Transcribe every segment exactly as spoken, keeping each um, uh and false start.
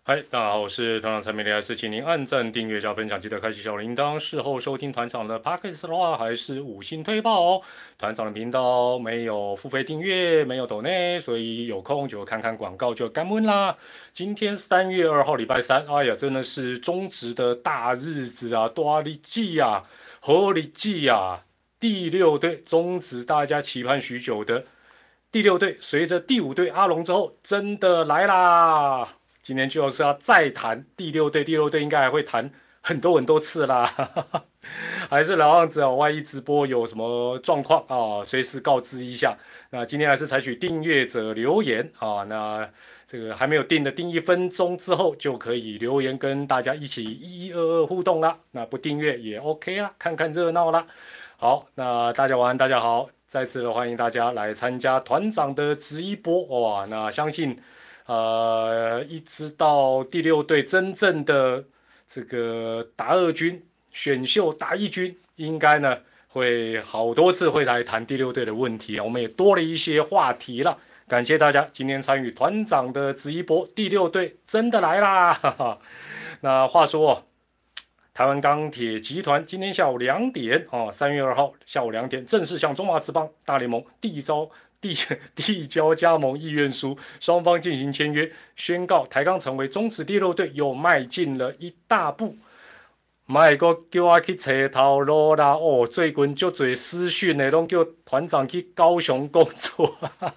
嗨，大家好，我是团长陈美丽，还是请您按赞、订阅、加分享，记得开启小铃铛。事后收听团长的 podcast 的话，还是五星推爆哦。团长的频道没有付费订阅，没有抖内，所以有空就看看广告就干闷啦。今天三月二号，礼拜三，哎呀，真的是中职的大日子啊，大日子呀，好日子呀！第六队中职，大家期盼许久的第六队，随着第五队阿龙之后，真的来啦！今天就是要再谈第六队，第六队应该还会谈很多很多次啦，还是老样子哦。万一直播有什么状况啊，随时告知一下。那今天还是采取订阅者留言啊，那这个还没有订的，订一分钟之后就可以留言跟大家一起一一二二互动啦。那不订阅也 OK 啦，看看热闹啦。好，那大家晚安，大家好，再次的欢迎大家来参加团长的直播哇。那相信。呃，一直到第六队真正的这个达二军选秀达一军，应该呢会好多次会来谈第六队的问题啊，我们也多了一些话题了。感谢大家今天参与团长的直播，第六队真的来啦！哈哈。那话说哦，台湾钢铁集团今天下午两点啊，三月二号下午两点正式向中华职棒大联盟递交递递交加盟意愿书，双方进行签约，宣告台钢成为中职第六队，又迈进了一大步。卖个叫我去找头路啦！哦，最近就最私讯的，拢叫团长去高雄工作。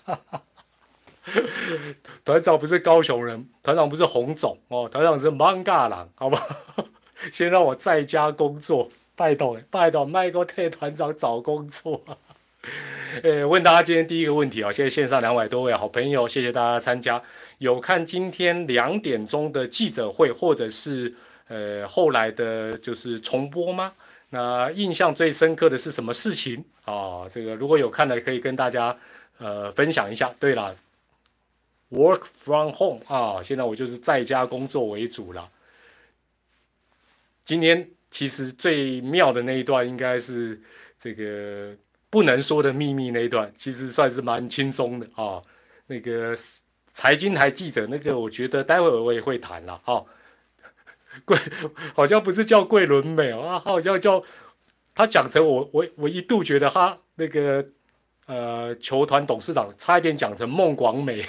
团长不是高雄人，团长不是洪总哦，团长是芒嘎郎，好不好？先让我在家工作，拜托拜托，卖个替团长找工作。呃，问大家今天第一个问题啊，谢谢线上两百多位好朋友，谢谢大家参加。有看今天两点钟的记者会，或者是呃后来的就是重播吗？那印象最深刻的是什么事情啊？这个如果有看的，可以跟大家呃分享一下。对了，work from home 啊，现在我就是在家工作为主了。今天其实最妙的那一段应该是这个不能说的秘密那一段，其实算是蛮轻松的啊。那个财经台记者那个，我觉得待会我也会谈了哈。桂好像不是叫桂纶镁啊，好像叫他讲成我我我一度觉得他那个呃球团董事长差一点讲成孟广美。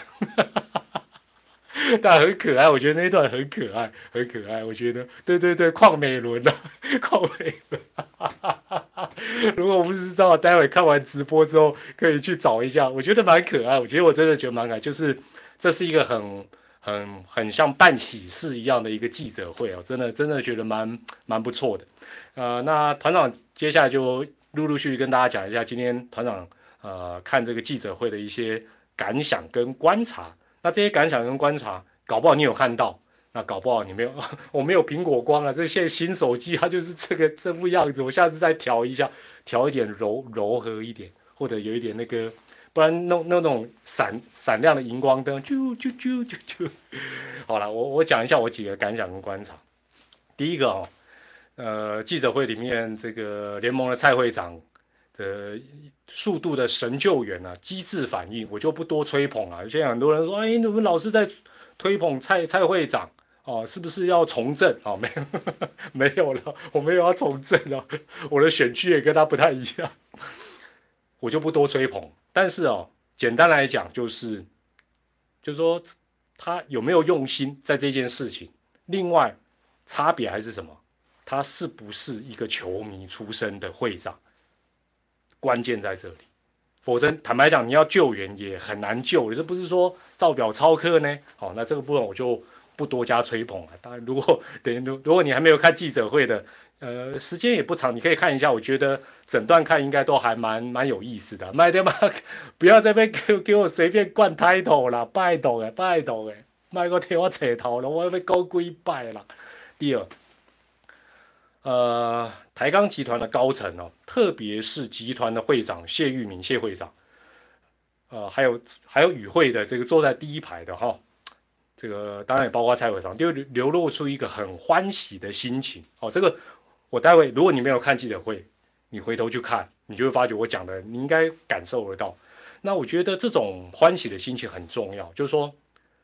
但很可爱，我觉得那一段很可爱，很可爱。我觉得，对对对，邝美伦啊，邝美伦。如果不知道，待会看完直播之后可以去找一下，我觉得蛮可爱。我觉得我真的觉得蛮可爱，就是这是一个很很很像办喜事一样的一个记者会哦，真的真的觉得蛮蛮不错的。呃，那团长接下来就陆陆续续跟大家讲一下今天团长呃看这个记者会的一些感想跟观察。那这些感想跟观察，搞不好你有看到，那搞不好你没有，我没有苹果光啊，这现在新手机它就是这个这副样子，我下次再调一下，调一点柔柔和一点，或者有一点那个，不然那那种闪闪亮的荧光灯，啾啾啾啾啾。好了，我我讲一下我几个感想跟观察。第一个哦，呃，记者会里面这个联盟的蔡会长的速度的神救援啊，机智反应，我就不多吹捧了。现在很多人说，哎，你们老是在推捧蔡蔡会长哦，是不是要从政？哦，没有，没有了，我没有要从政了，我的选区也跟他不太一样，我就不多吹捧。但是哦，简单来讲就是，就是说他有没有用心在这件事情。另外，差别还是什么？他是不是一个球迷出身的会长？关键在这里，否则坦白讲，你要救援也很难救。这不是说照表操课呢？好，那这个部分我就不多加吹捧了。当然，如果等于如果你还没有看记者会的，呃，时间也不长，你可以看一下。我觉得整段看应该都还蛮蛮有意思的。麦德马，不要在那边给给我随便灌 title 啦，拜托诶，拜托诶，麦个替我扯头了，我要被高几拜啦。第二。呃，台钢集团的高层哦，特别是集团的会长谢玉明谢会长，呃，还有还有与会的这个坐在第一排的哈、哦，这个当然也包括蔡会长，就流露出一个很欢喜的心情。哦，这个我待会如果你没有看记者会，你回头去看，你就会发觉我讲的你应该感受得到。那我觉得这种欢喜的心情很重要，就是说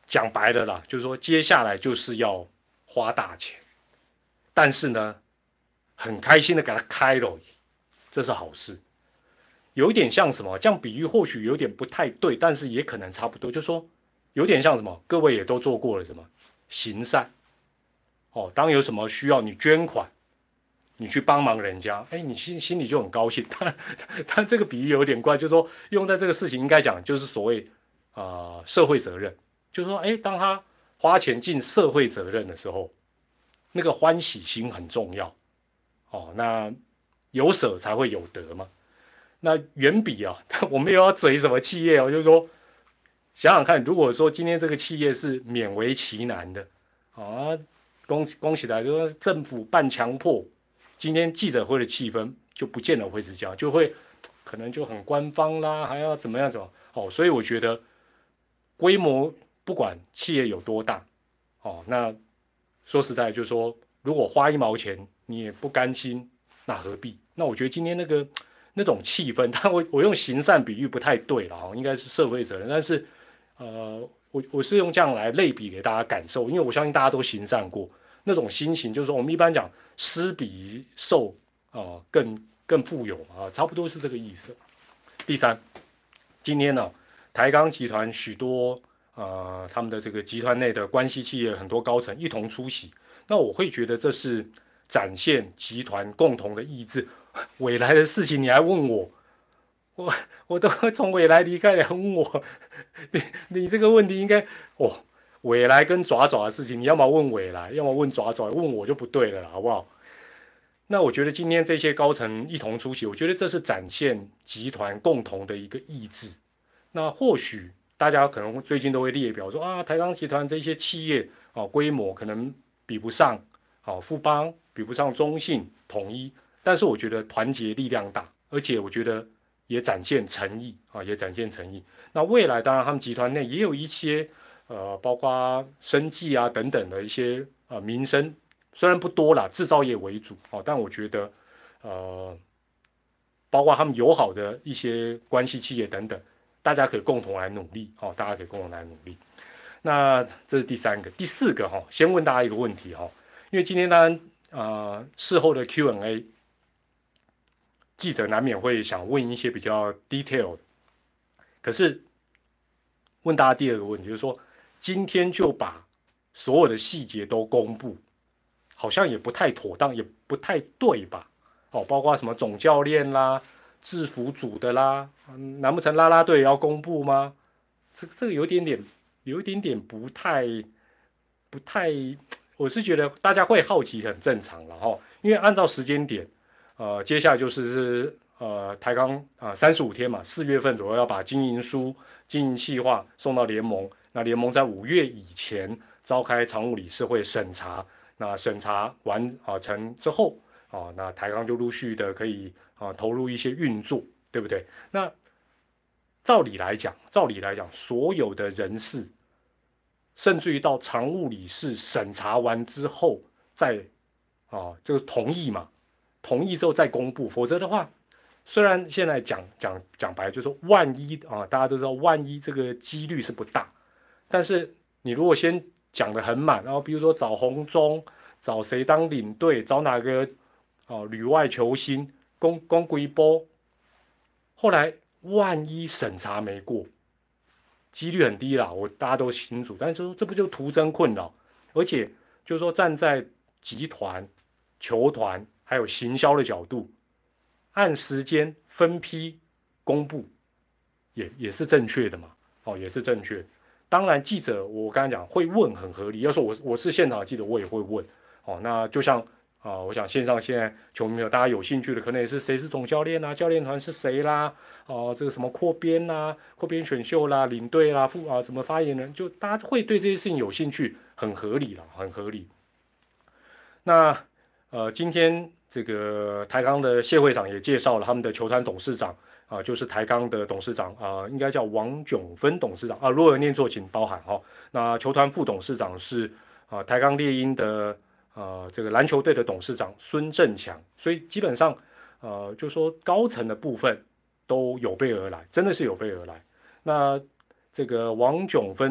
讲白了啦，就是说接下来就是要花大钱，但是呢，很开心的给它开了，这是好事。有一点像什么？这样比喻或许有点不太对，但是也可能差不多。就是说，有点像什么？各位也都做过了什么行善哦。当有什么需要你捐款，你去帮忙人家，哎，你心心里就很高兴。但但这个比喻有点怪，就是说用在这个事情应该讲就是所谓啊、呃、社会责任，就是说，哎，当他花钱尽社会责任的时候，那个欢喜心很重要哦。那有舍才会有得嘛。那远比啊，我没有要嘴什么企业哦，就是说，想想看，如果说今天这个企业是勉为其难的，啊，恭恭喜他，就是政府半强迫，今天记者会的气氛就不见得会是这样，就会可能就很官方啦，还要怎么样怎么哦，所以我觉得规模不管企业有多大，哦，那说实在就是说，如果花一毛钱你也不甘心，那何必？那我觉得今天那个。那种气氛，但我我用行善比喻不太对了哈，应该是社会责任。但是，呃，我我是用这样来类比给大家感受，因为我相信大家都行善过，那种心情就是说，我们一般讲施比受啊、呃、更更富有啊，差不多是这个意思。第三，今天呢，台钢集团许多呃他们的这个集团内的关系企业很多高层一同出席，那我会觉得这是展现集团共同的意志。未来的事情你还问我，我我都从未来离开了，问我，你你这个问题应该哦，未来跟爪爪的事情，你要么问未来，要么问爪爪，问我就不对了，好不好？那我觉得今天这些高层一同出席，我觉得这是展现集团共同的一个意志。那或许大家可能最近都会列表说啊，台钢集团这些企业啊，规模可能比不上啊富邦，比不上中信、统一。但是我觉得团结力量大，而且我觉得也展现诚意啊，也展现诚意。那未来当然他们集团内也有一些呃，包括生技啊等等的一些呃民生，虽然不多啦，制造业为主哦，但我觉得呃，包括他们友好的一些关系企业等等，大家可以共同来努力哦，大家可以共同来努力。那这是第三个，第四个哈、哦，先问大家一个问题哈、哦，因为今天当然呃事后的 Q and A。记者难免会想问一些比较 detail 的，可是问大家第二个问题，就是说今天就把所有的细节都公布，好像也不太妥当，也不太对吧？哦，包括什么总教练啦、制服组的啦，难不成啦啦队也要公布吗？这这个有点点，有一点点不太不太，我是觉得大家会好奇很正常了哈，因为按照时间点。呃，接下来就是是呃台钢啊三十五天嘛，四月份左右要把经营书、经营计划送到联盟。那联盟在五月以前召开常务理事会审查，那审查完啊成之后啊，那台钢就陆续的可以啊投入一些运作，对不对？那照理来讲，照理来讲，所有的人事，甚至于到常务理事审查完之后再啊这个同意嘛。同意之后再公布，否则的话，虽然现在讲讲讲白，就是说万一啊，大家都知道万一这个几率是不大，但是你如果先讲得很满，然后比如说找洪忠，找谁当领队，找哪个哦旅外球星，公公归波，后来万一审查没过，几率很低啦，我大家都清楚，但是说这不就徒增困扰，而且就是说站在集团、球团。还有行销的角度，按时间分批公布，也也是正确的嘛，哦，也是正确。当然，记者我刚才讲会问很合理，要说我我是现场记者，我也会问，哦，那就像啊、呃，我想线上现在球迷朋友大家有兴趣的，可能也是谁是总教练啊，教练团是谁啦，哦、呃，这个什么扩编啦、扩编选秀啦、领队啦、副啊什么发言人，就大家会对这些事情有兴趣，很合理了，很合理。那呃，今天。这个台钢的谢会长也介绍了他们的球团董事长啊，就是台钢的董事长啊，应该叫王炯芬董事长啊，如果有念错请包涵哈、哦。那球团副董事长是啊台钢猎鹰的啊这个篮球队的董事长孙正强，所以基本上呃就说高层的部分都有备而来，真的是有备而来。那这个王炯芬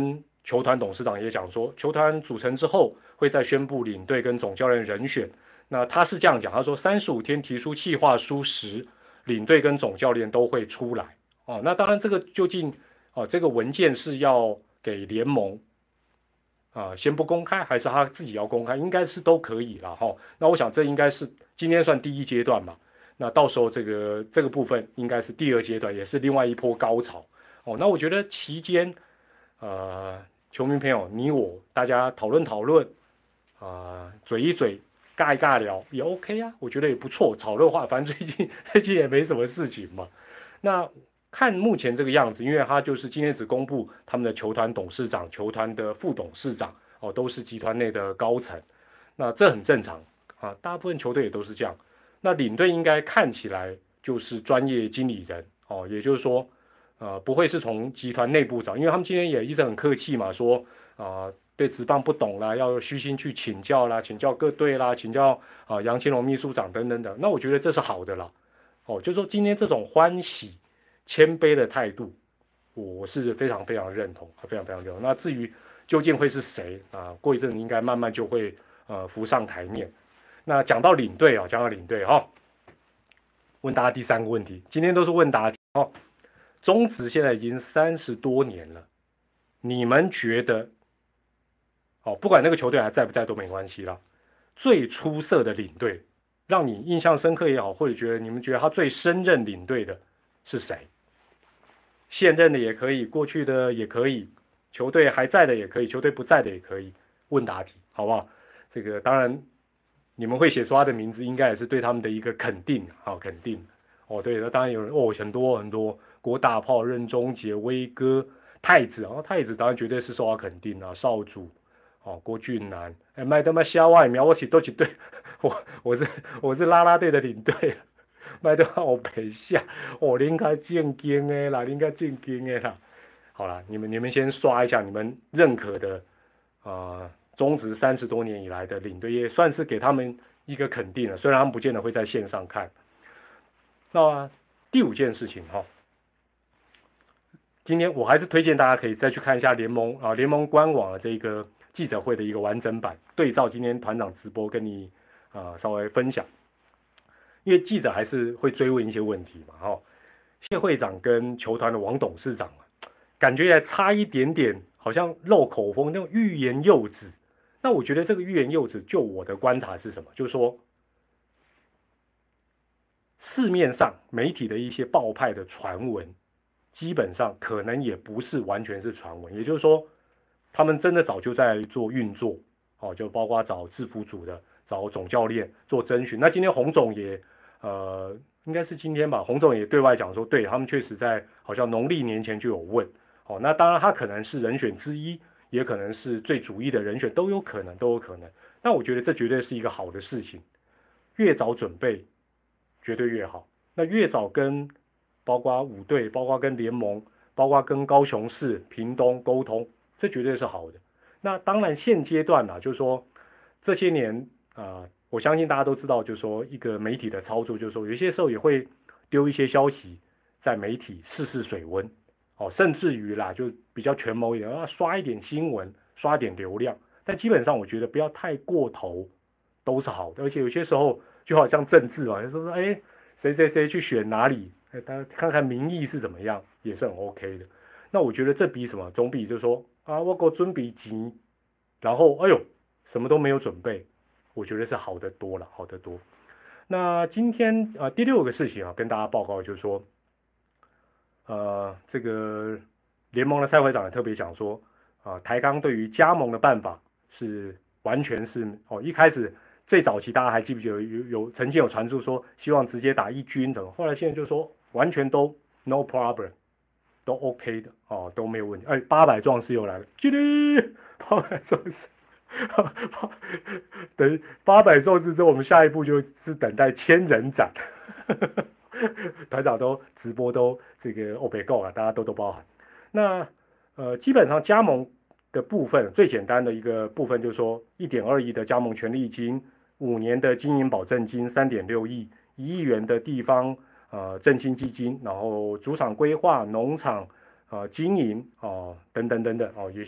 球团董事长也讲说，球团组成之后会再宣布领队跟总教练人选。那他是这样讲，他说三十五天提出企划书时，领队跟总教练都会出来。哦，那当然这个究竟哦这个文件是要给联盟啊、呃、先不公开，还是他自己要公开？应该是都可以了哈、哦。那我想这应该是今天算第一阶段嘛。那到时候这个这个部分应该是第二阶段，也是另外一波高潮。哦，那我觉得期间呃。球迷朋友，你我大家讨论讨论，啊、呃，嘴一嘴，尬一尬聊也 OK 啊，我觉得也不错，炒热话，反正最近最近也没什么事情嘛。那看目前这个样子，因为他就是今天只公布他们的球团董事长、球团的副董事长哦，都是集团内的高层，那这很正常啊，大部分球队也都是这样。那领队应该看起来就是专业经理人哦，也就是说。呃，不会是从集团内部找，因为他们今天也一直很客气嘛，说啊、呃、对职棒不懂啦，要虚心去请教啦，请教各队啦，请教啊、呃、杨清龙秘书长等等等。那我觉得这是好的啦，哦，就是说今天这种欢喜谦卑的态度，我是非常非常认同，非常非常认同。那至于究竟会是谁啊、呃，过一阵应该慢慢就会呃浮上台面。那讲到领队啊，讲到领队哈、哦，问大家第三个问题，今天都是问答题哦。中职现在已经三十多年了，你们觉得，哦，不管那个球队还在不在都没关系啦。最出色的领队，让你印象深刻也好，或者觉得你们觉得他最胜任领队的是谁？现任的也可以，过去的也可以，球队还在的也可以，球队不在的也可以。问答题，好不好？这个当然，你们会写出他的名字，应该也是对他们的一个肯定，好、哦、肯定。哦，对，那当然有人哦，很多很多。郭大炮、任中杰、威哥、太子，哦，太子当然绝对是受到肯定啊。少主，哦，郭俊南，哎，麦德麦夏外苗，我起都起队，我我是我是啦啦队的领队了，麦德我陪下，我应该正经的啦，应该正经的啦。好啦，你们你们先刷一下你们认可的啊、呃，中职三十多年以来的领队，也算是给他们一个肯定了。虽然他们不见得会在线上看。那第五件事情哈。今天我还是推荐大家可以再去看一下联盟啊联盟官网的这个记者会的一个完整版，对照今天团长直播跟你啊、呃、稍微分享，因为记者还是会追问一些问题嘛，哈、哦，谢会长跟球团的王董事长啊，感觉还差一点点，好像漏口风那种欲言又止。那我觉得这个欲言又止，就我的观察是什么？就是说，市面上媒体的一些爆派的传闻。基本上可能也不是完全是传闻，也就是说，他们真的早就在做运作，哦，就包括找制服组的、找总教练做征询。那今天洪总也，呃，应该是今天吧，洪总也对外讲说，对他们确实在好像农历年前就有问，哦，那当然他可能是人选之一，也可能是最主意的人选，都有可能，都有可能。那我觉得这绝对是一个好的事情，越早准备，绝对越好。那越早跟包括五队，包括跟联盟，包括跟高雄市、屏东沟通，这绝对是好的。那当然，现阶段啊，就是说这些年啊、呃，我相信大家都知道，就是说一个媒体的操作，就是说有些时候也会丢一些消息在媒体试试水温，哦，甚至于啦，就比较权谋一点啊，刷一点新闻，刷一点流量。但基本上，我觉得不要太过头，都是好的。而且有些时候就好像政治嘛，有时候说，哎，谁谁谁去选哪里。大家看看民意是怎么样，也是很 OK 的。那我觉得这比什么，总比就是说啊，我给准备急，然后哎呦什么都没有准备，我觉得是好得多了，好得多。那今天啊、呃、第六个事情啊，跟大家报告就是说，呃，这个联盟的赛会长也特别讲说啊、呃，台钢对于加盟的办法是完全是哦，一开始。最早期大家还记不记得有有曾经有传出说希望直接打一军等，后来现在就说完全都 no problem， 都 OK 的哦，都没有问题。哎，八百壮士又来了，八百壮士，等于八百壮士之后，我们下一步就是等待千人斩。团长都直播都这个 O B 够了，大家都都包含。那呃，基本上加盟的部分最简单的一个部分就是说一点二亿的加盟权利金。五年的经营保证金三点六亿，一亿元的地方呃振兴基金，然后主场规划、农场呃经营哦、呃、等等等等哦，有一些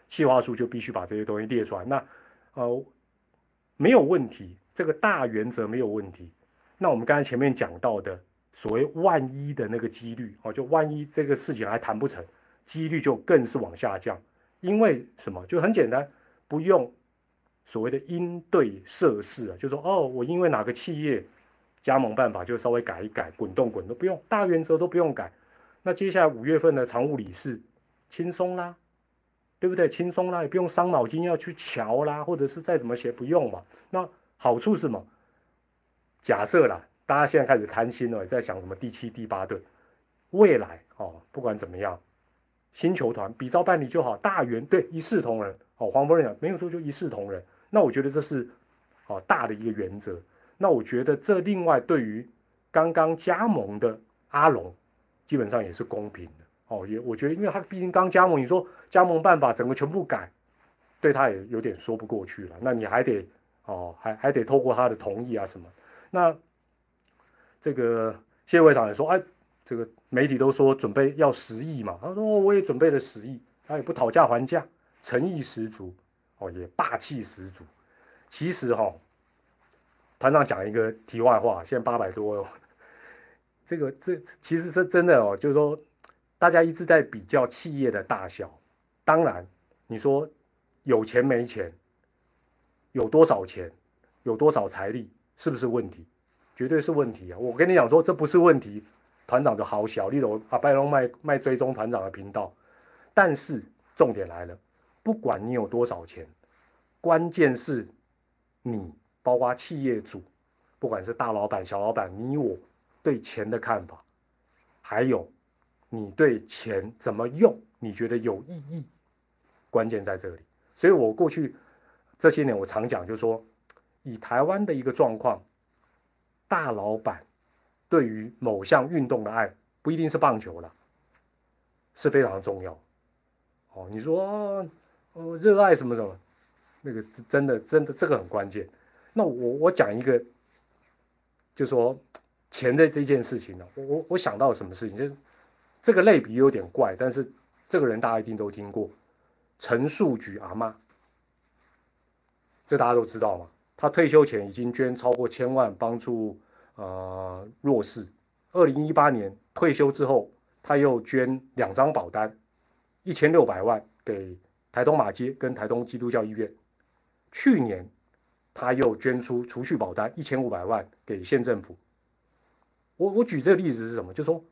企划书就必须把这些东西列出来。那呃没有问题，这个大原则没有问题。那我们刚才前面讲到的所谓万一的那个几率哦，就万一这个事情还谈不成，几率就更是往下降。因为什么？就很简单，不用所谓的因对设事啊，就说哦，我因为哪个企业加盟办法就稍微改一改，滚动滚动，不用，大原则都不用改。那接下来五月份的常务理事轻松啦，对不对？轻松啦，也不用伤脑筋要去瞧啦，或者是再怎么写，不用嘛。那好处是什么？假设啦，大家现在开始贪心了，在想什么第七、第八队，未来哦，不管怎么样，新球团比照办理就好，大圆对一视同仁。哦，黄夫人讲没有说就一视同仁，那我觉得这是哦大的一个原则。那我觉得这另外对于刚刚加盟的阿龙，基本上也是公平的。哦，也我觉得，因为他毕竟刚加盟，你说加盟办法整个全部改，对他也有点说不过去了。那你还得哦，还还得透过他的同意啊什么。那这个谢会长也说，哎，这个媒体都说准备要十亿嘛，他说、哦、我也准备了十亿，他也不讨价还价，诚意十足，哦，也霸气十足。其实哈、哦，团长讲一个题外话，现在八百多哦，这个这其实是真的哦，就是说大家一直在比较企业的大小，当然你说有钱没钱，有多少钱，有多少财力，是不是问题？绝对是问题啊！我跟你讲说，这不是问题，团长就好小，例如阿拜龙卖卖追踪团长的频道，但是重点来了，不管你有多少钱，关键是你，包括企业主，不管是大老板、小老板，你我对钱的看法，还有你对钱怎么用，你觉得有意义，关键在这里。所以我过去这些年我常讲，就是说，以台湾的一个状况。大老板对于某项运动的爱，不一定是棒球了，是非常重要。哦，你说哦，热爱什么什么，那个真的真的这个很关键。那我我讲一个，就说钱的这件事情呢，我我我想到什么事情，就是这个类比有点怪，但是这个人大家一定都听过，陈树菊阿嬷，这大家都知道嘛。他退休前已经捐超过千万帮助呃弱势。二零一八年退休之后，他又捐两张保单，一千六百万给台东马街跟台东基督教医院。去年他又捐出储蓄保单一千五百万给县政府。我我举这个例子是什么？就是说，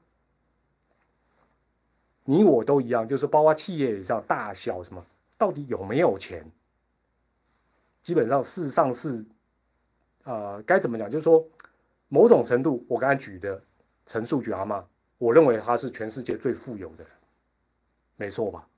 你我都一样，就是包括企业以上大小什么，到底有没有钱？基本上事实上是，呃，该怎么讲？就是说，某种程度，我刚才举的陈树菊阿嬷，我认为她是全世界最富有的人，没错吧？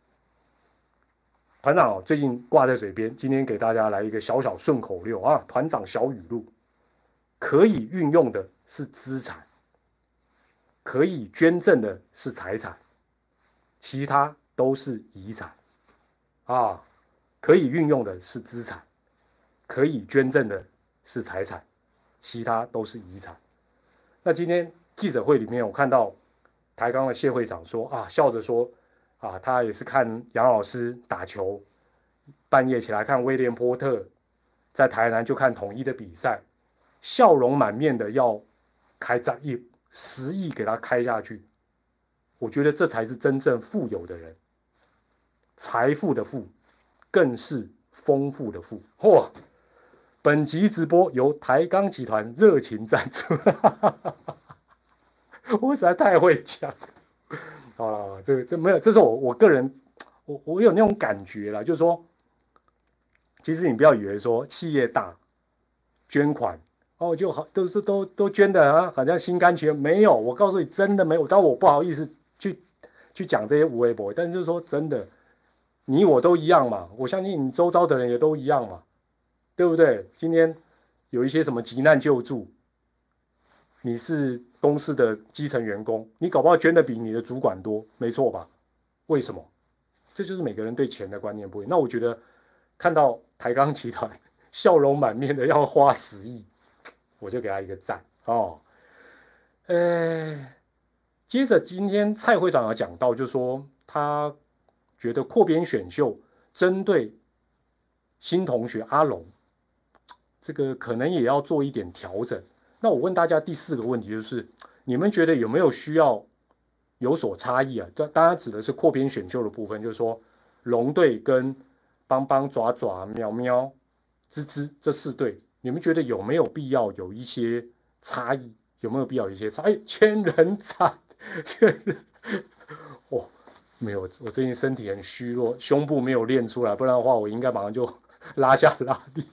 团长、哦、最近挂在嘴边，今天给大家来一个小小顺口溜啊，团长小语录：可以运用的是资产，可以捐赠的是财产，其他都是遗产啊。可以运用的是资产，可以捐赠的是财产，其他都是遗产。那今天记者会里面，我看到台钢的谢会长说啊，笑着说啊，他也是看杨老师打球，半夜起来看威廉波特，在台南就看统一的比赛，笑容满面的要开张一十亿给他开下去。我觉得这才是真正富有的人，财富的富。更是丰富的富嚯！本集直播由台钢集团热情赞助，我实在太会讲啊！这个这没有，这是我我个人，我我有那种感觉啦，就是说，其实你不要以为说企业大捐款哦就好，都是都都捐的啊，好像心甘情愿。没有，我告诉你，真的没有。当然我不好意思去去讲这些无微博，但是就是说真的。你我都一样嘛，我相信你周遭的人也都一样嘛，对不对？今天有一些什么急难救助，你是公司的基层员工，你搞不好捐的比你的主管多，没错吧？为什么？这就是每个人对钱的观念不一样。那我觉得看到台钢集团笑容满面的要花十亿，我就给他一个赞哦。呃，接着今天蔡会长有讲到，就说他。觉得扩编选秀针对新同学阿龙，这个可能也要做一点调整。那我问大家第四个问题就是，你们觉得有没有需要有所差异啊？当然指的是扩编选秀的部分，就是说龙队跟邦邦、爪爪、喵喵、吱吱这四队，你们觉得有没有必要有一些差异？有没有必要有一些差异？千人斩，千人哦，没有，我最近身体很虚弱，胸部没有练出来，不然的话我应该马上就拉下拉力。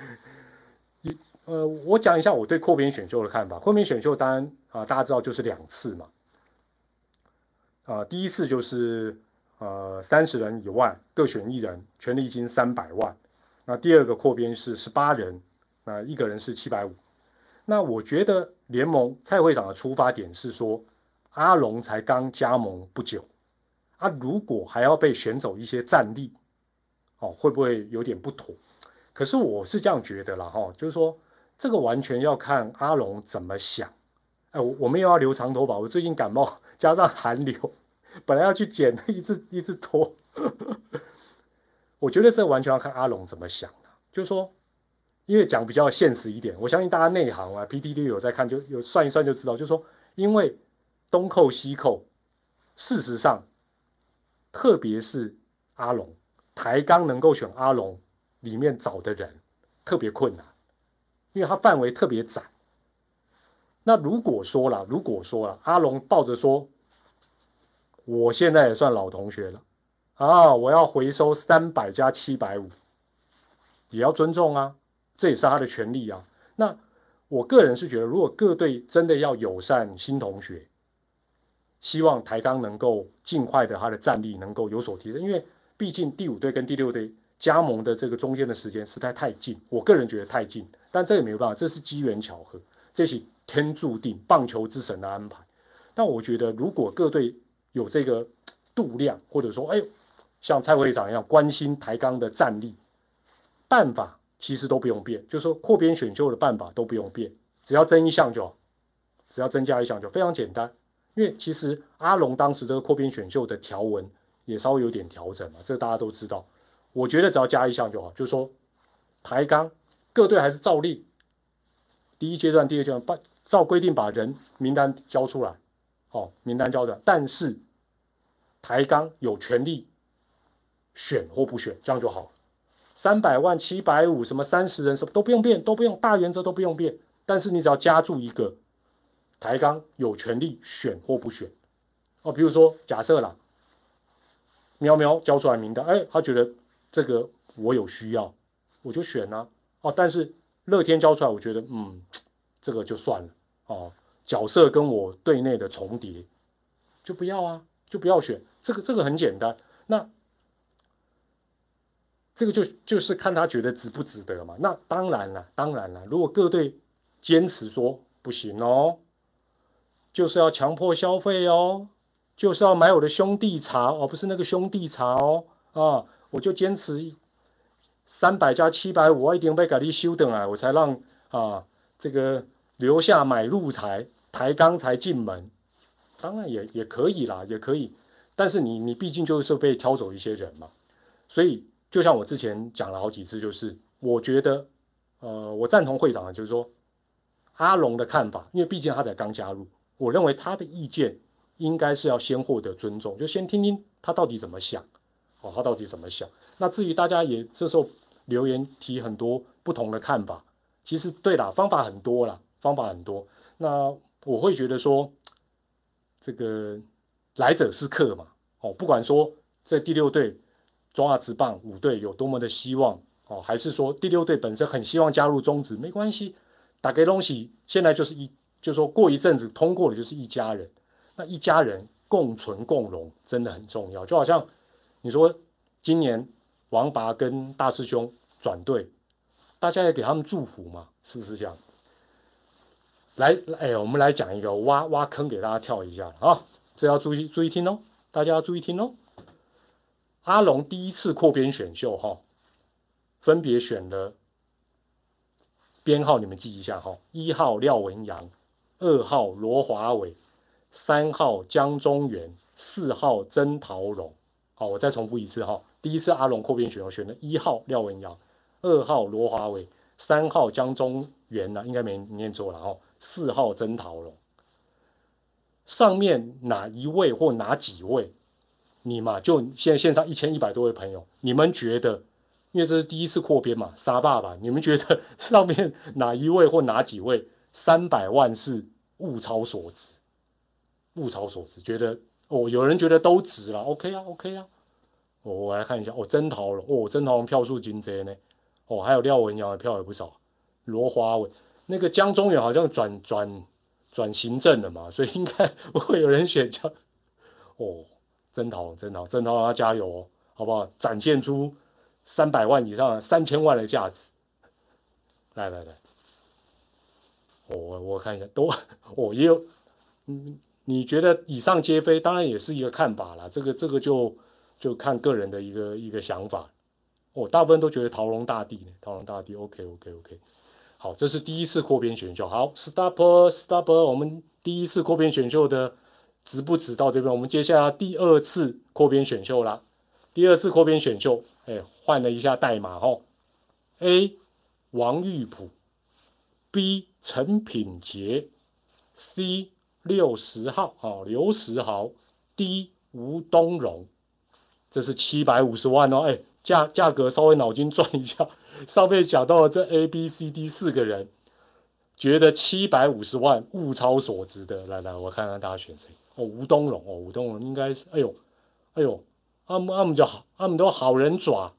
呃，我讲一下我对扩编选秀的看法。扩编选秀当然啊、呃，大家知道就是两次嘛。啊、呃，第一次就是呃三十人以外各选一人，权利金三百万。那第二个扩编是十八人，那、呃、一个人是七百五。那我觉得联盟蔡会长的出发点是说，阿龙才刚加盟不久，啊，如果还要被选走一些战力，哦，会不会有点不妥？可是我是这样觉得啦，哈、哦，就是说。这个完全要看阿龙怎么想。哎，我我没有要留长头发，我最近感冒加上寒流，本来要去剪，一直一直拖。我觉得这完全要看阿龙怎么想的。就是说，因为讲比较现实一点，我相信大家内行啊 ，P T T 有在看，就有算一算就知道。就是说，因为东扣西扣，事实上，特别是阿龙，台钢能够选阿龙里面找的人特别困难。因为它范围特别窄。那如果说了，如果说了，阿龙抱着说，我现在也算老同学了啊，我要回收三百加七百五，也要尊重啊，这也是他的权利啊。那我个人是觉得，如果各队真的要友善新同学，希望台钢能够尽快的他的战力能够有所提升，因为毕竟第五队跟第六队加盟的这个中间的时间实在太近，我个人觉得太近。但这也没有办法，这是机缘巧合，这是天注定，棒球之神的安排。但我觉得，如果各队有这个度量，或者说，哎，像蔡会长一样关心台钢的战力，办法其实都不用变，就是说扩编选秀的办法都不用变，只要增一项就好，只要增加一项就非常简单。因为其实阿龙当时这个扩编选秀的条文也稍微有点调整嘛，这个大家都知道。我觉得只要加一项就好，就是说台钢。各队还是照例，第一阶段、第二阶段，把照规定把人名单交出来，哦，名单交出来。但是台钢有权利选或不选，这样就好。三百万、七百五，什么三十人，什么都不用变，都不用，大原则都不用变。但是你只要加注一个，台钢有权利选或不选。哦，比如说假设啦，喵喵交出来名单，哎，他觉得这个我有需要，我就选啊。哦，但是乐天交出来，我觉得嗯，这个就算了哦，角色跟我队内的重叠，就不要啊，就不要选。这个这个很简单，那这个就就是看他觉得值不值得嘛。那当然了，当然了，如果各队坚持说不行哦，就是要强迫消费哦，就是要买我的兄弟茶哦，不是那个兄弟茶哦啊，我就坚持。三百加七百五，我一定被给你修等来，我才让啊这个留下买路财，抬杠才进门。当然也也可以啦，也可以。但是你你毕竟就是被挑走一些人嘛，所以就像我之前讲了好几次，就是我觉得呃我赞同会长的，就是说阿龙的看法，因为毕竟他才刚加入，我认为他的意见应该是要先获得尊重，就先听听他到底怎么想，哦，他到底怎么想。那至于大家也这时候留言提很多不同的看法，其实对啦，方法很多啦，方法很多。那我会觉得说，这个来者是客嘛，哦，不管说这第六队中华职棒五队有多么的希望，哦，还是说第六队本身很希望加入中职，没关系，打给东西现在就是一，就说过一阵子通过的就是一家人，那一家人共存共荣真的很重要，就好像你说今年。王拔跟大师兄转队，大家也给他们祝福嘛，是不是这样？来，哎，我们来讲一个挖挖坑给大家跳一下啊，这要注意注意听哦，大家要注意听哦。阿龙第一次扩编选秀哈，分别选了编号，你们记一下哈，一号廖文洋，二号罗华伟，三号江中源，四号曾陶荣。 好，我再重复一次哈。第一次阿龙扩编选，我选了一号廖文阳，二号罗华伟，三号江中源呢、啊，应该没念错了哈。四号曾桃龙。上面哪一位或哪几位，你嘛就现在线上一千一百多位朋友，你们觉得，因为这是第一次扩编嘛，沙爸爸，你们觉得上面哪一位或哪几位三百万是物超所值？物超所值，觉得哦，有人觉得都值了 ，OK 啊 ，OK 啊。哦，我来看一下，哦，曾桃龙，哦，曾桃龙票数金贼呢，哦，还有廖文阳的票也不少，罗华伟，那个江中远好像转转。转行政了嘛，所以应该不会有人选叫哦，曾桃曾桃曾桃要加油哦，好不好？展现出三百万以上、三千万的价值。来来来，我、哦、我看一下，都哦也有，嗯，你觉得以上皆非，当然也是一个看法啦，这个这个就就看个人的一个一个想法。哦，大部分都觉得桃龙大帝呢，桃龙大帝 ，OK OK OK。好，这是第一次扩编选秀。好 ，stop stop，我们第一次扩编选秀的值不值到这边？我们接下来第二次扩编选秀啦。第二次扩编选秀，哎，换了一下代码哈。A 王玉普 ，B 陈品杰 ，C 六十号哦刘时豪 ，D 吴东荣，这是七百五十万哦，哎，价价格稍微脑筋转一下。上面讲到的这 A、B、C、D 四个人，觉得七百五十万物超所值的，来来，我看看大家选谁？哦，吴东荣哦，吴东荣应该是，哎呦，哎呦，他们他们就好，他们都好人爪，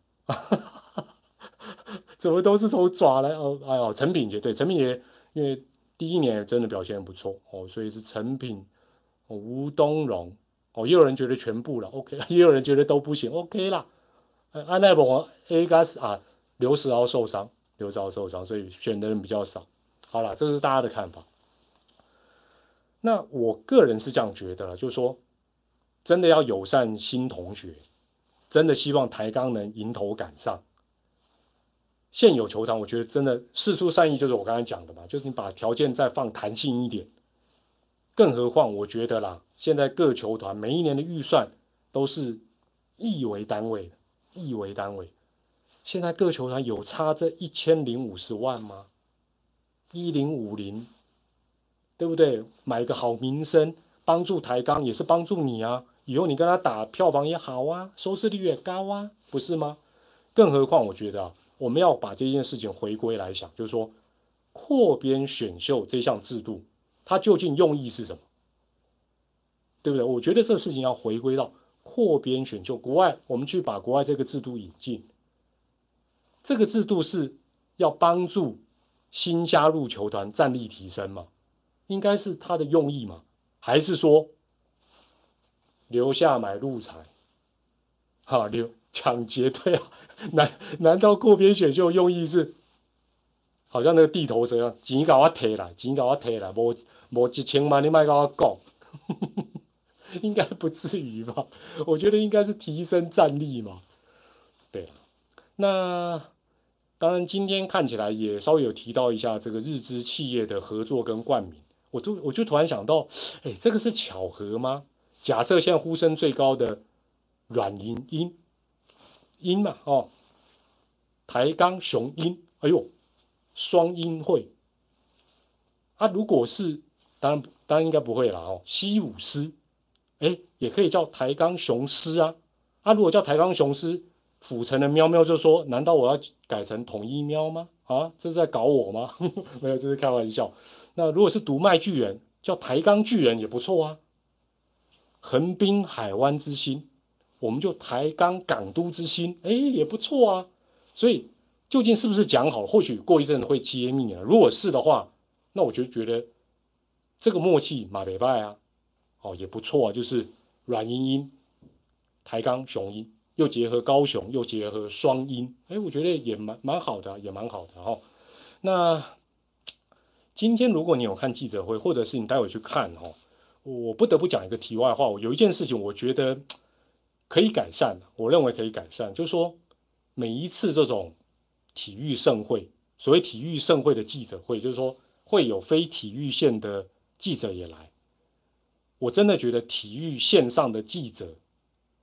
怎么都是从爪来哦？哎呦，陈品杰对陈品杰，因为第一年真的表现不错哦，所以是陈品、哦、吴东荣哦，也有人觉得全部了 ，OK， 也有人觉得都不行 ，OK 啦。安奈博 A 加啊。刘时豪受伤，刘时豪受伤，所以选的人比较少。好了，这是大家的看法。那我个人是这样觉得了，就是说，真的要友善新同学，真的希望台钢能迎头赶上。现有球团，我觉得真的事出善意，就是我刚才讲的嘛，就是你把条件再放弹性一点。更何况，我觉得啦，现在各球团每一年的预算都是亿为单位的，亿为单位。现在各球团有差这一千零五十万吗？一零五零，对不对？买个好名声，帮助台钢也是帮助你啊。以后你跟他打，票房也好啊，收视率也高啊，不是吗？更何况，我觉得啊，我们要把这件事情回归来想，就是说，扩编选秀这项制度，它究竟用意是什么？对不对？我觉得这事情要回归到扩编选秀，国外我们去把国外这个制度引进。这个制度是要帮助新加入球团战力提升嘛？应该是他的用意嘛？还是说留下买路财？哈，留抢劫对啊？难难道扩编选秀用意是好像那个地头蛇一样，钱给我摕来，钱给我摕来，无无一千万你莫跟我讲，应该不至于吧？我觉得应该是提升战力嘛。对啊。那当然，今天看起来也稍微有提到一下这个日资企业的合作跟冠名，我就我就突然想到，哎，这个是巧合吗？假设现在呼声最高的软银鹰鹰嘛，哦，台钢雄鹰，哎呦，双鹰会啊，如果是当然当然应该不会啦哦，西武狮，哎，也可以叫台钢雄狮啊，啊，如果叫台钢雄狮。府城的喵喵就说：“难道我要改成统一喵吗？啊，这是在搞我吗？没有，这是开玩笑。那如果是独卖巨人，叫台钢巨人也不错啊。横滨海湾之星，我们就台钢港都之星，哎，也不错啊。所以究竟是不是讲好？或许过一阵子会揭秘啊。如果是的话，那我就觉得这个默契马北拜啊，哦也不错啊，就是软英英、台钢雄鹰。”又结合高雄，又结合双鹰，哎，我觉得也蛮蛮好的，也蛮好的哈、哦。那今天如果你有看记者会，或者是你待会去看哈、哦，我不得不讲一个题外话。我有一件事情，我觉得可以改善，我认为可以改善，就是说每一次这种体育盛会，所谓体育盛会的记者会，就是说会有非体育线的记者也来。我真的觉得体育线上的记者。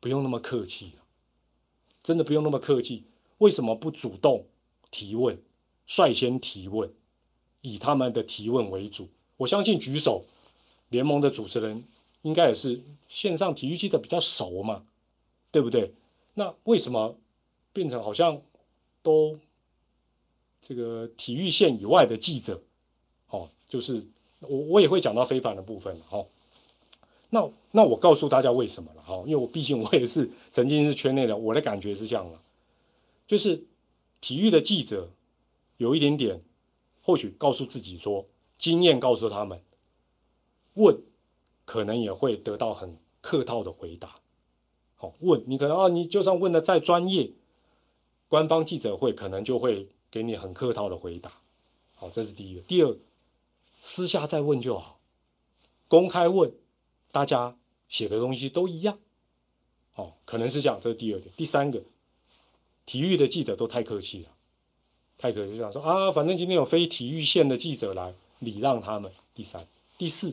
不用那么客气啊，真的不用那么客气。为什么不主动提问，率先提问，以他们的提问为主？我相信举手联盟的主持人应该也是线上体育记者比较熟嘛，对不对？那为什么变成好像都这个体育线以外的记者？哦，就是我我也会讲到非凡的部分哦。那那我告诉大家为什么了哈，因为我毕竟我也是曾经是圈内的，我的感觉是这样的，就是体育的记者有一点点，或许告诉自己说，经验告诉他们，问可能也会得到很客套的回答。好，问你可能啊，你就算问的再专业，官方记者会可能就会给你很客套的回答。好，这是第一个。第二，私下再问就好，公开问，大家写的东西都一样。哦，可能是这样，这是第二点。第三个，体育的记者都太客气了，太客气，就想说啊，反正今天有非体育线的记者来，礼让他们。第三，第四，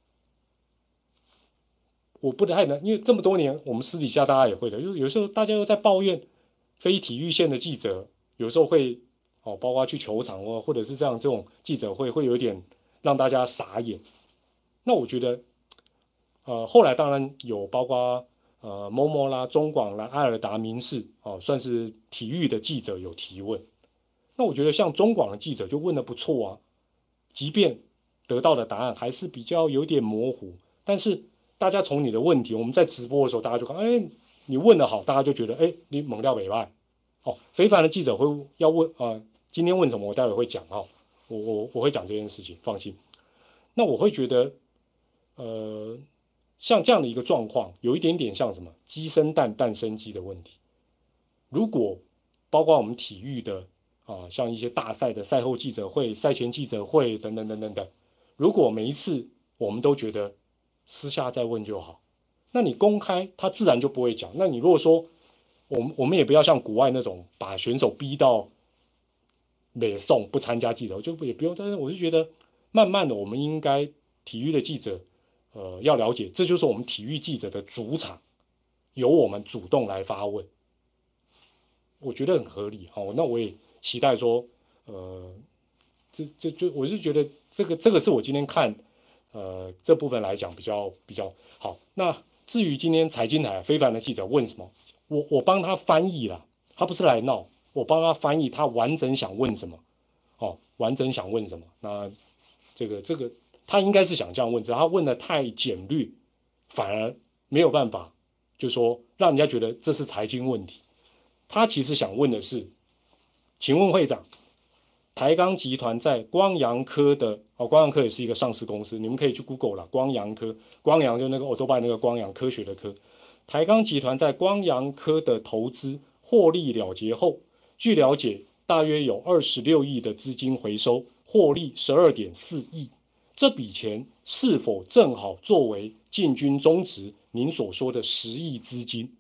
我不太能，因为这么多年，我们私底下大家也会的，就是有时候大家又在抱怨非体育线的记者，有时候会哦，包括去球场哦，或者是这样这种记者会，会有点让大家傻眼。那我觉得，呃，后来当然有包括呃某某啦、中广啦、艾尔达、民视哦，算是体育的记者有提问。那我觉得像中广的记者就问得不错啊，即便得到的答案还是比较有点模糊，但是大家从你的问题，我们在直播的时候，大家就看，哎，你问得好，大家就觉得，哎，你猛料委外。哦，非凡的记者会要问啊、呃，今天问什么，我待会会讲哦，我我我会讲这件事情，放心。那我会觉得，呃，像这样的一个状况，有一点点像什么鸡生蛋，蛋生鸡的问题。如果包括我们体育的啊，像一些大赛的赛后记者会、赛前记者会等等等等等，如果每一次我们都觉得私下再问就好，那你公开他自然就不会讲。那你如果说我们我们也不要像国外那种把选手逼到北送不参加记者，就也不用。但是我是觉得，慢慢的我们应该体育的记者，呃，要了解，这就是我们体育记者的主场，由我们主动来发问，我觉得很合理。好，那我也期待说，呃，这这就我是觉得这个这个是我今天看，呃，这部分来讲比较比较好。那至于今天财经台非凡的记者问什么？我我帮他翻译了，他不是来闹，我帮他翻译，他完整想问什么，哦，完整想问什么？那这个这个他应该是想这样问，只要他问的太简略，反而没有办法，就说让人家觉得这是财经问题。他其实想问的是，请问会长，台钢集团在光阳科的哦，光阳科也是一个上市公司，你们可以去 Google 了，光阳科，光阳就那个 Autobahn 那个光阳，科学的科。台钢集团在光阳科的投资获利了结后，据了解，大约有二十六亿的资金回收，获利十二点四亿。这笔钱是否正好作为进军中职您所说的十亿资金？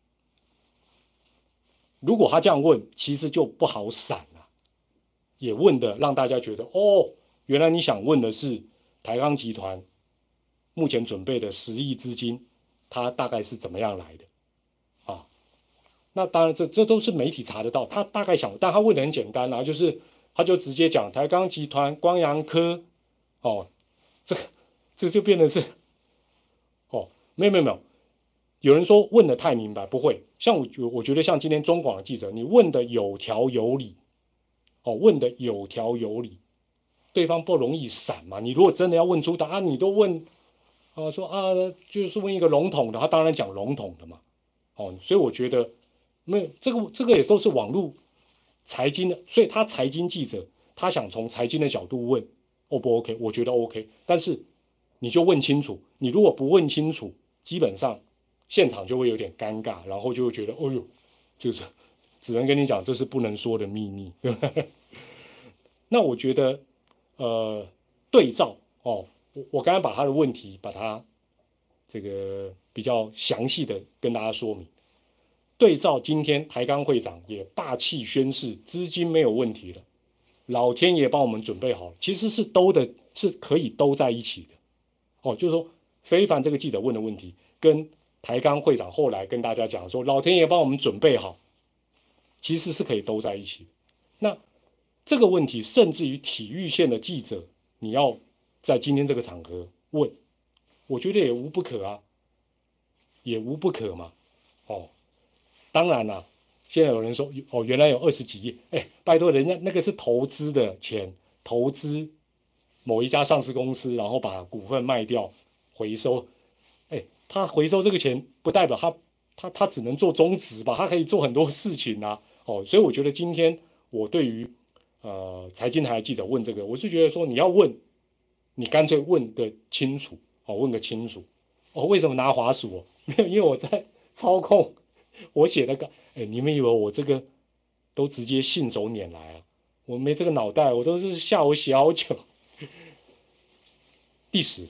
如果他这样问，其实就不好闪了，也问的让大家觉得，哦，原来你想问的是台钢集团目前准备的十亿资金。他大概是怎么样来的啊？那当然这，这这都是媒体查得到。他大概想，但他问的很简单啊，就是他就直接讲台钢集团、光阳科，哦，这这就变成是，哦，没有没有没有，有人说问的太明白，不会。像我我觉得像今天中广的记者，你问的有条有理，哦，问的有条有理，对方不容易闪嘛。你如果真的要问出答案，你都问。啊，说啊，就是问一个笼统的，他当然讲笼统的嘛，哦，所以我觉得没有这个，这个也都是网络财经的，所以他财经记者，他想从财经的角度问，O 不 OK？我觉得 OK，但是你就问清楚，你如果不问清楚，基本上现场就会有点尴尬，然后就会觉得，哦呦，就是只能跟你讲，这是不能说的秘密，对不对？那我觉得，呃，对照哦。我我刚才把他的问题，把他这个比较详细的跟大家说明。对照今天台钢会长也霸气宣示，资金没有问题了，老天爷帮我们准备好了，其实是都的，是可以都在一起的。哦，就是说非凡这个记者问的问题，跟台钢会长后来跟大家讲说，老天爷帮我们准备好，其实是可以都在一起。那这个问题，甚至于体育线的记者，你要在今天这个场合问，我觉得也无不可啊，也无不可嘛。哦，当然啦、啊，现在有人说，哦，原来有二十几亿，哎，拜托人家那个是投资的钱，投资某一家上市公司，然后把股份卖掉回收，哎，他回收这个钱不代表他他他只能做中职吧，他可以做很多事情啊。哦，所以我觉得今天我对于呃财经台的记者问这个，我是觉得说你要问，你干脆问个清楚，哦，问个清楚。哦，为什么拿滑鼠？哦，没有，因为我在操控我写的个，哎，你们以为我这个都直接信手拈来啊？我没这个脑袋，我都是下午写好久。第十，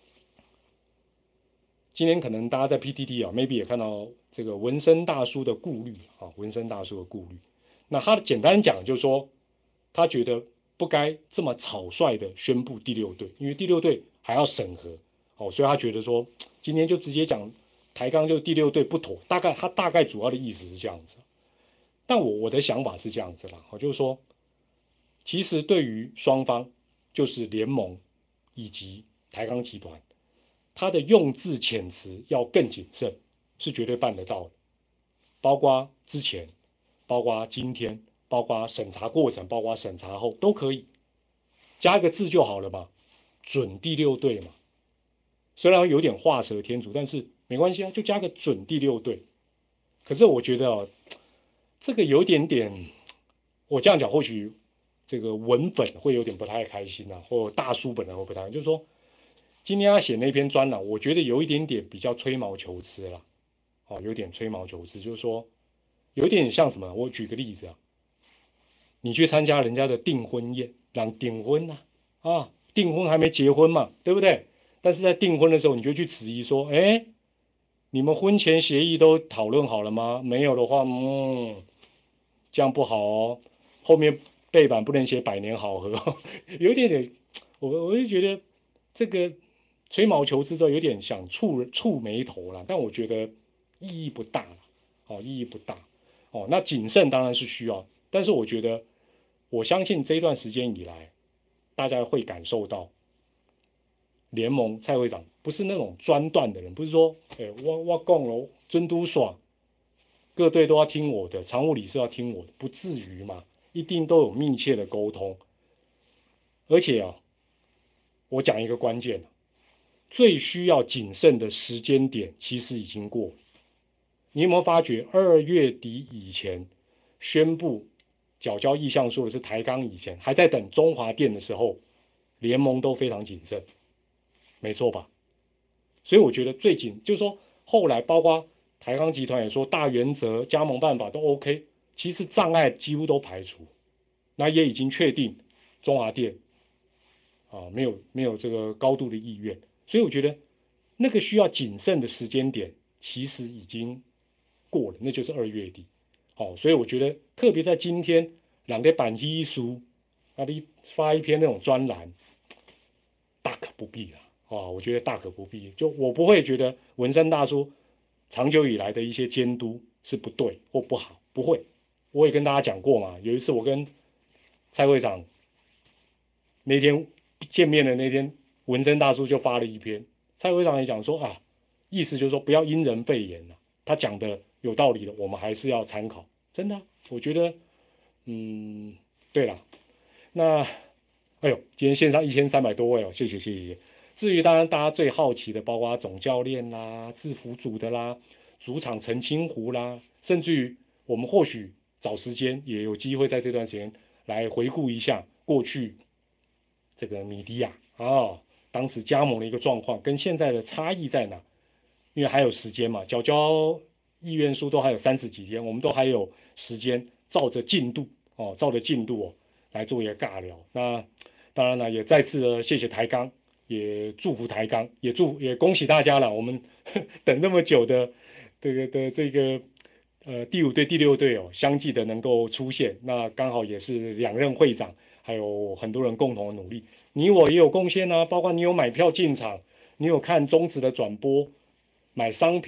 今天可能大家在 P T T 啊，maybe 也看到这个纹身大叔的顾虑啊，纹身大叔的顾虑。那他简单讲就是说，他觉得不该这么草率的宣布第六队，因为第六队还要审核，哦，所以他觉得说今天就直接讲台钢就第六队不妥，大概他大概主要的意思是这样子。但我我的想法是这样子啦，我就是说，其实对于双方就是联盟以及台钢集团，他的用字遣词要更谨慎，是绝对办得到的。包括之前，包括今天，包括审查过程，包括审查后都可以加一个字就好了嘛，准第六队嘛。虽然有点画蛇添足，但是没关系啊，就加个准第六队。可是我觉得哦，这个有点点，我这样讲或许这个文粉会有点不太开心啊，或大叔本人会不太，就是说今天他写那篇专栏，我觉得有一点点比较吹毛求疵啦，哦，有点吹毛求疵，就是说有点像什么？我举个例子啊，你去参加人家的订婚宴，让订婚呐、啊，啊，订婚还没结婚嘛，对不对？但是在订婚的时候，你就去质疑说，哎，你们婚前协议都讨论好了吗？没有的话，嗯，这样不好哦，后面背板不能写百年好合，有点点，我我就觉得这个吹毛求疵之后有点想触触眉头了，但我觉得意义不大了，哦，意义不大，哦，那谨慎当然是需要，但是我觉得我相信这一段时间以来，大家会感受到。联盟蔡会长不是那种专断的人，不是说，哎，我我讲了，尊都爽，各队都要听我的，常务理事要听我的，不至于嘛，一定都有密切的沟通。而且啊，我讲一个关键，最需要谨慎的时间点其实已经过了。你有没有发觉，二月底以前宣布缴交意向书的是台钢以前，还在等中华电的时候，联盟都非常谨慎。没错吧？所以我觉得最紧就是说，后来包括台钢集团也说大原则加盟办法都 OK， 其实障碍几乎都排除，那也已经确定中华电啊没有没有这个高度的意愿，所以我觉得那个需要谨慎的时间点其实已经过了，那就是二月底。哦，所以我觉得特别在今天，两个版医书，啊，你发一篇那种专栏，大可不必了。啊，我觉得大可不必。就我不会觉得文山大叔长久以来的一些监督是不对或不好，不会。我也跟大家讲过嘛，有一次我跟蔡会长那天见面的那天，文山大叔就发了一篇，蔡会长也讲说啊，意思就是说不要因人废言了、啊，他讲的有道理的，我们还是要参考。真的、啊，我觉得，嗯，对了，那哎呦，今天线上一千三百多位哦，谢谢谢谢。至于当然大家最好奇的，包括总教练啦、制服组的啦、主场澄清湖啦，甚至于我们或许找时间也有机会在这段时间来回顾一下过去这个米迪亚啊、哦，当时加盟的一个状况跟现在的差异在哪？因为还有时间嘛，缴交意愿书都还有三十几天，我们都还有时间照着进度哦，照着进度哦来做一个尬聊。那当然了，也再次的谢谢台钢。也祝福台钢，也祝也恭喜大家了。我们等那么久的这个的这个呃第五队、第六队哦，相继的能够出现，那刚好也是两任会长，还有很多人共同的努力。你我也有贡献啊，包括你有买票进场，你有看中职的转播，买商品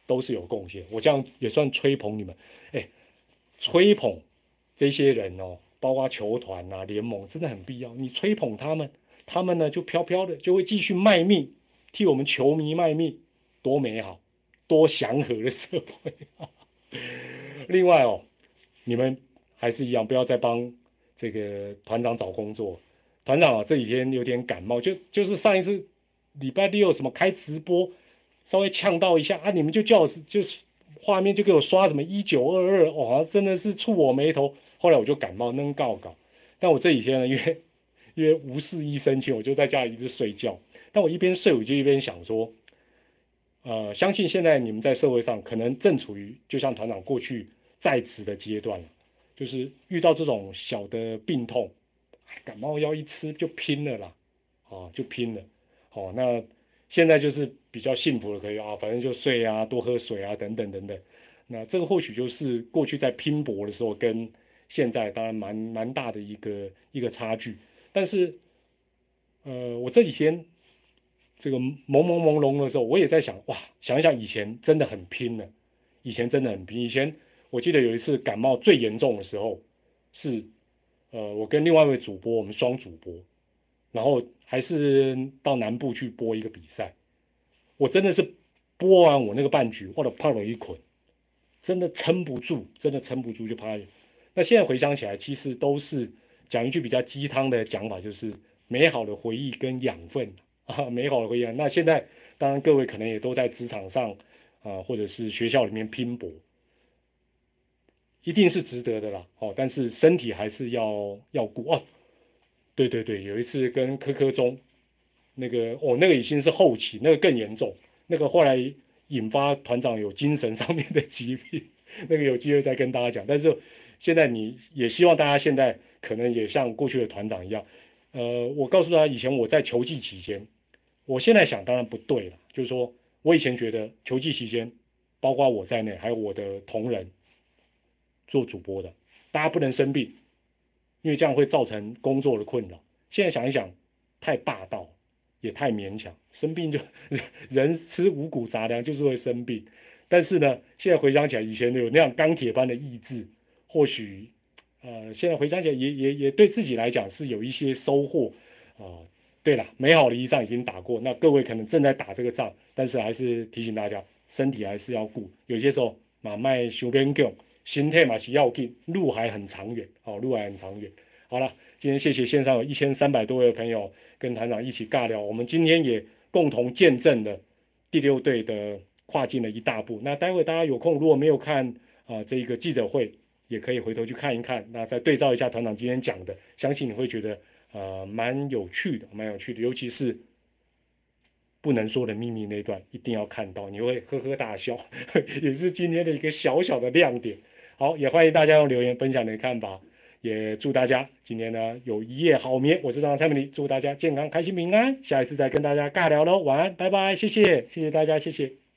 都是有贡献。我这样也算吹捧你们，哎，吹捧这些人哦，包括球团啊、联盟，真的很必要。你吹捧他们，他们呢就飘飘的就会继续卖命，替我们球迷卖命，多美好，多祥和的社会。另外哦，你们还是一样，不要再帮这个团长找工作。团长啊，这几天有点感冒，就就是上一次礼拜六什么开直播，稍微呛到一下啊，你们就叫我就是画面就给我刷什么一九二二，哇，真的是触我眉头。后来我就感冒能告告，但我这几天呢，因为因为无事一身轻，我就在家里一直睡觉。但我一边睡，我就一边想说，呃，相信现在你们在社会上可能正处于就像团长过去在职的阶段，就是遇到这种小的病痛，感冒药一吃就拼了啦，啊，就拼了。哦，那现在就是比较幸福的，可以啊，反正就睡啊，多喝水啊，等等等等。那这个或许就是过去在拼搏的时候跟现在当然蛮蛮大的一个一个差距。但是，呃，我这几天这个朦朦胧胧的时候，我也在想，哇，想一想以前真的很拼了，以前真的很拼。以前我记得有一次感冒最严重的时候，是呃，我跟另外一位主播，我们双主播，然后还是到南部去播一个比赛。我真的是播完我那个半局，我都泡了一捆，真的撑不住，真的撑不住就趴下去。那现在回想起来，其实都是讲一句比较鸡汤的讲法，就是美好的回忆跟养分啊，美好的回忆。那现在当然各位可能也都在职场上啊，或者是学校里面拼搏，一定是值得的啦。哦，但是身体还是要要顾哦。对对对，有一次跟科科中那个哦，那个已经是后期，那个更严重，那个后来引发团长有精神上面的疾病，那个有机会再跟大家讲。但是现在你也希望大家现在可能也像过去的团长一样，呃，我告诉大家，以前我在球季期间，我现在想当然不对了，就是说我以前觉得球季期间，包括我在内，还有我的同仁做主播的，大家不能生病，因为这样会造成工作的困扰。现在想一想，太霸道，也太勉强，生病就人吃五谷杂粮就是会生病。但是呢，现在回想起来，以前有那样钢铁般的意志，或许呃，现在回想起来也也也对自己来讲是有一些收获啊、呃。对了，美好的一仗已经打过，那各位可能正在打这个仗，但是还是提醒大家，身体还是要顾。有些时候马卖修边够，心态嘛是要紧，路还很长远，哦，路还很长远。好了，今天谢谢线上有一千三百多位的朋友跟团长一起尬聊，我们今天也共同见证了第六队的跨进了一大步。那待会大家有空，如果没有看啊、呃、这一个记者会，也可以回头去看一看，那再对照一下团长今天讲的，相信你会觉得呃蛮有趣的，蛮有趣的，尤其是不能说的秘密那一段，一定要看到，你会呵呵大笑，也是今天的一个小小的亮点。好，也欢迎大家用留言分享你的看法，也祝大家今天呢有一夜好眠。我是团长蔡明礼，祝大家健康、开心、平安。下一次再跟大家尬聊喽，晚安，拜拜，谢谢，谢谢大家，谢谢。